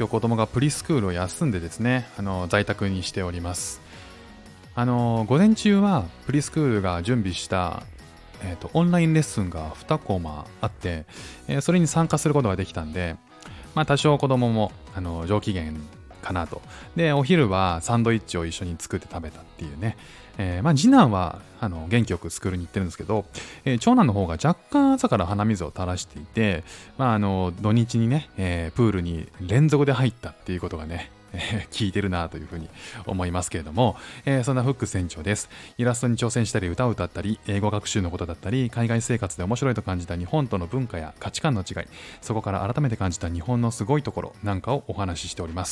今日子供がプリスクールを休んでですね、在宅にしております。午前中はプリスクールが準備した、オンラインレッスンが2コマあって、それに参加することができたんで、多少子供も上機嫌かなと。で、お昼はサンドイッチを一緒に作って食べたっていうね。次男は元気よくスクールに行ってるんですけど、長男の方が若干朝から鼻水を垂らしていて、土日にね、プールに連続で入ったっていうことがね、聞いてるなというふうに思いますけれども、そんなフック船長です。イラストに挑戦したり歌を歌ったり、英語学習のことだったり、海外生活で面白いと感じた日本との文化や価値観の違い、そこから改めて感じた日本のすごいところなんかをお話ししております。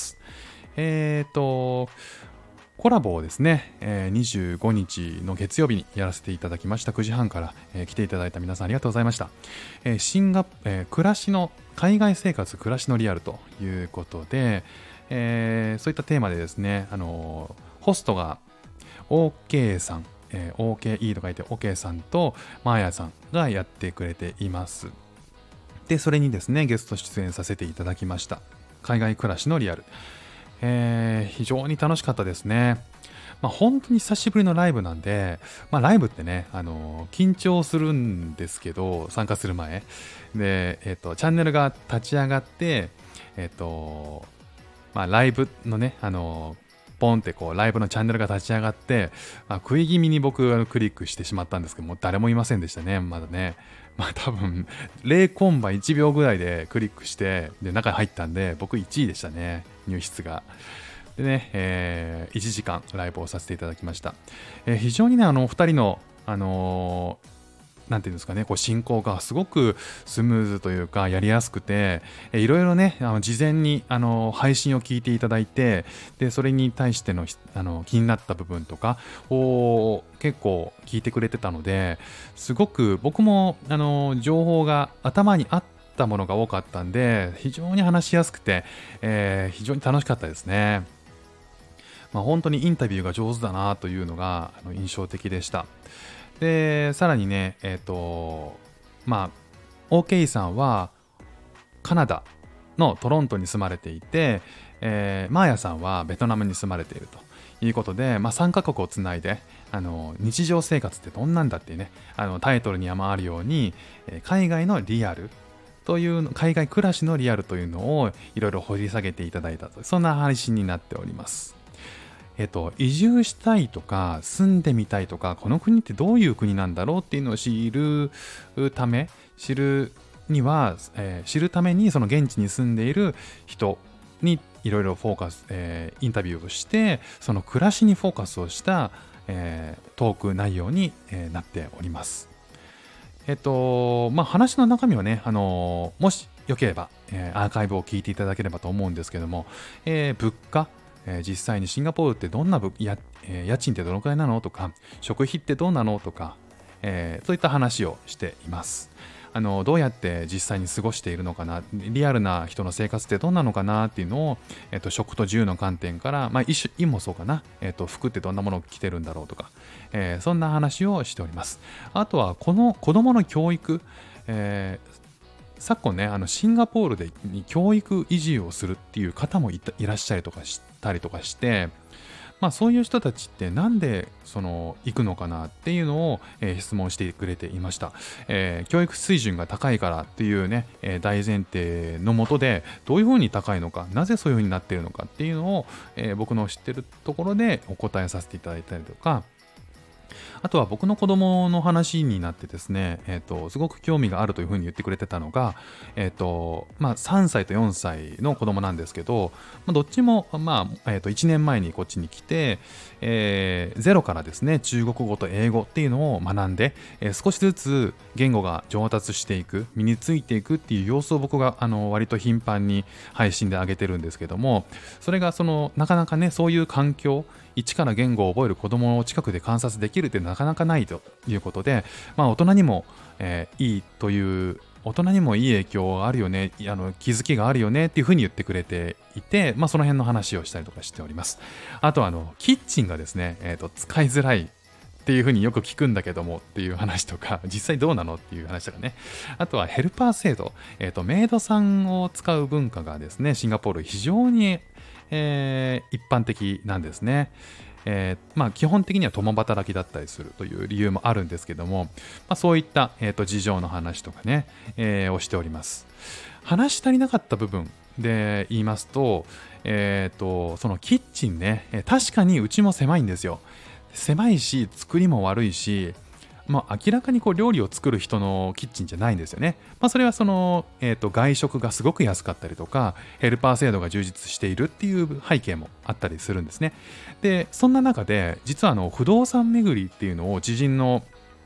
コラボをですね、25日の月曜日にやらせていただきました。9時半から、来ていただいた皆さんありがとうございました。暮らしの海外生活暮らしのリアルということで、そういったテーマでですね、ホストが OK さん、OKE と書いて OK さんとマーヤさんがやってくれています。で、それにですね、ゲスト出演させていただきました。海外暮らしのリアル。非常に楽しかったですね。本当に久しぶりのライブなんで、ライブってね、緊張するんですけど、参加する前。で、チャンネルが立ち上がって、ライブのね、ポンってこうライブのチャンネルが立ち上がって、食い気味に僕クリックしてしまったんですけども、誰もいませんでしたね、まだね。多分0コンマ1秒ぐらいでクリックしてで中に入ったんで、僕1位でしたね、入室が。でね、1時間ライブをさせていただきました。非常にね、お二人のなんていうんですかね、こう進行がすごくスムーズというかやりやすくて、いろいろね、事前に配信を聞いていただいて、でそれに対しての気になった部分とかを結構聞いてくれてたので、すごく僕も情報が頭にあったものが多かったんで、非常に話しやすくて、非常に楽しかったですね。本当にインタビューが上手だなというのが印象的でした。で、さらにね、OK さんはカナダのトロントに住まれていて、マーヤさんはベトナムに住まれているということで、3カ国をつないで日常生活ってどんなんだっていうね、タイトルにあるように、海外のリアルという海外暮らしのリアルというのをいろいろ掘り下げていただいたと、そんな配信になっております。移住したいとか住んでみたいとか、この国ってどういう国なんだろうっていうのを知るためにその現地に住んでいる人にいろいろフォーカス、インタビューをして、その暮らしにフォーカスをした、トーク内容に、なっております。話の中身はね、もしよければ、アーカイブを聞いていただければと思うんですけども、物価、実際にシンガポールってどんな家賃ってどのくらいなのとか、食費ってどうなのとか、そういった話をしています。どうやって実際に過ごしているのかな、リアルな人の生活ってどんなのかなっていうのを、食と住の観点から、衣もそうかな、服ってどんなものを着てるんだろうとか、そんな話をしております。あとはこの子供の教育、昨今ね、シンガポールで教育移住をするっていう方もいらっしゃりとかしたりとかして、そういう人たちってなんで行くのかなっていうのを、質問してくれていました。教育水準が高いからっていうね、大前提のもとでどういうふうに高いのか、なぜそういうふうになっているのかっていうのを、僕の知ってるところでお答えさせていただいたりとか、あとは僕の子供の話になってですね、すごく興味があるというふうに言ってくれてたのが、3歳と4歳の子供なんですけど、どっちも、1年前にこっちに来て、ゼロからですね、中国語と英語っていうのを学んで、少しずつ言語が上達していく、身についていくっていう様子を僕が割と頻繁に配信で上げてるんですけども、それがなかなかね、そういう環境、一から言語を覚える子供を近くで観察できるってなかなかないということで、大人にも、いい影響があるよね、気づきがあるよねっていうふうに言ってくれていて、その辺の話をしたりとかしております。あとキッチンがですね、使いづらいっていうふうによく聞くんだけどもっていう話とか、実際どうなのっていう話とかね。あとはヘルパー制度、メイドさんを使う文化がですね、シンガポール非常に、一般的なんですね。基本的には共働きだったりするという理由もあるんですけども、そういった、事情の話とかね、をしております。話し足りなかった部分で言いますと、そのキッチンね、確かにうちも狭いんですよ。狭いし、作りも悪いし、明らかにこう料理を作る人のキッチンじゃないんですよね。それはその、外食がすごく安かったりとか、ヘルパー制度が充実しているっていう背景もあったりするんですね。で、そんな中で、実は不動産巡りっていうのを知人の、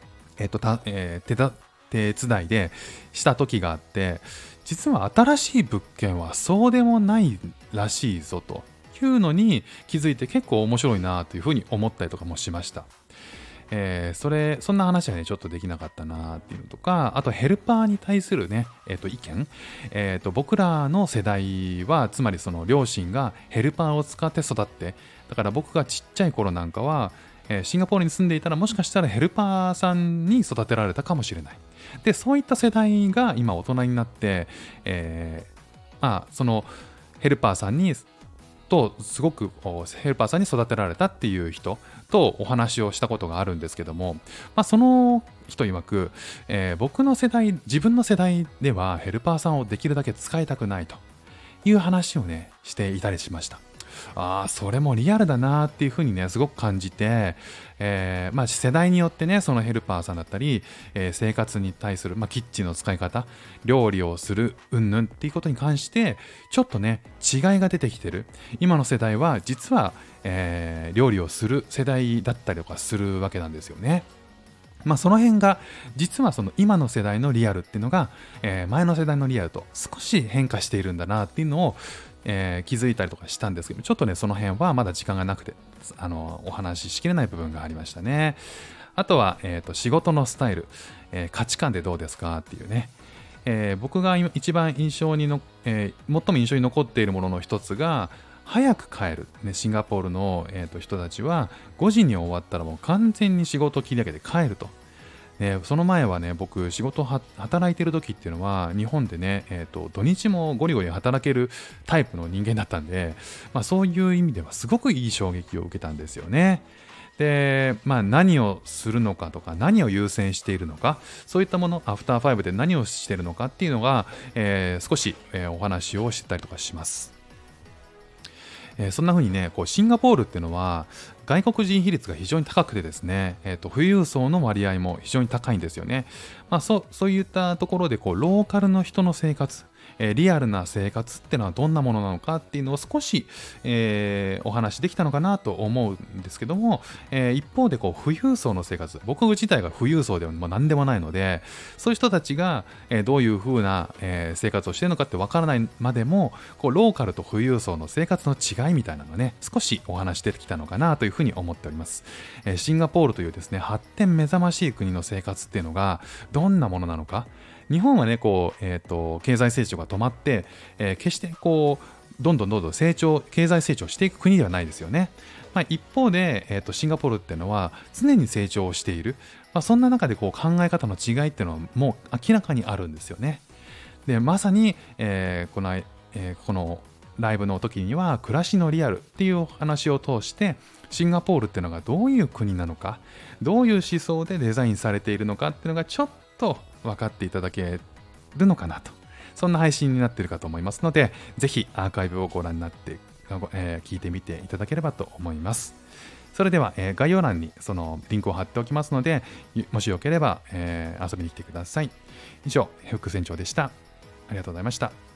手伝いでした時があって、実は新しい物件はそうでもないらしいぞというのに気づいて、結構面白いなというふうに思ったりとかもしました。そんな話はね、ちょっとできなかったなっていうのとか、あとヘルパーに対するね、意見、僕らの世代は、つまりその両親がヘルパーを使って育って、だから僕がちっちゃい頃なんかは、シンガポールに住んでいたら、もしかしたらヘルパーさんに育てられたかもしれない。で、そういった世代が今大人になって、そのヘルパーさんにすごくヘルパーさんに育てられたっていう人とお話をしたことがあるんですけども、その人曰く、僕の世代、自分の世代ではヘルパーさんをできるだけ使いたくないという話をね、していたりしました。それもリアルだなっていうふうにね、すごく感じて、世代によってね、そのヘルパーさんだったり、生活に対する、キッチンの使い方、料理をする云々っていうことに関してちょっとね、違いが出てきてる。今の世代は実は、料理をする世代だったりとかするわけなんですよね。その辺が実はその今の世代のリアルっていうのが、前の世代のリアルと少し変化しているんだなっていうのを、気づいたりとかしたんですけど、ちょっとね、その辺はまだ時間がなくてお話ししきれない部分がありましたね。あとは、仕事のスタイル、価値観でどうですかっていうね、僕が一番最も印象に残っているものの一つが、早く帰る、ね、シンガポールの、人たちは5時に終わったらもう完全に仕事を切り上げて帰ると。その前はね、僕働いてる時っていうのは日本でね、土日もゴリゴリ働けるタイプの人間だったんで、そういう意味ではすごくいい衝撃を受けたんですよね。で、何をするのかとか、何を優先しているのか、そういったもの、アフターファイブで何をしているのかっていうのが、少し、お話をしてたりとかします。そんな風にね、シンガポールっていうのは外国人比率が非常に高くてですね、富裕層の割合も非常に高いんですよね。そういったところでローカルの人の生活、リアルな生活っていうのはどんなものなのかっていうのを少し、お話できたのかなと思うんですけども、一方で富裕層の生活、僕自体が富裕層でも何でもないので、そういう人たちが、どういう風な、生活をしているのかってわからないまでも、ローカルと富裕層の生活の違いみたいなのがね、少しお話出てきたのかなというふうに思っております。シンガポールというですね、発展目覚ましい国の生活っていうのがどんなものなのか。日本はね、経済成長が止まって、決してどんどん経済成長していく国ではないですよね。一方で、シンガポールっていうのは常に成長している。そんな中で考え方の違いっていうのはもう明らかにあるんですよね。で、まさに、このライブの時には暮らしのリアルっていう話を通して、シンガポールっていうのがどういう国なのか、どういう思想でデザインされているのかっていうのがちょっと分かっていただけるのかなと、そんな配信になっているかと思いますので、ぜひアーカイブをご覧になって、聞いてみていただければと思います。それでは、概要欄にそのリンクを貼っておきますので、もしよければ、遊びに来てください。以上、フック船長でした。ありがとうございました。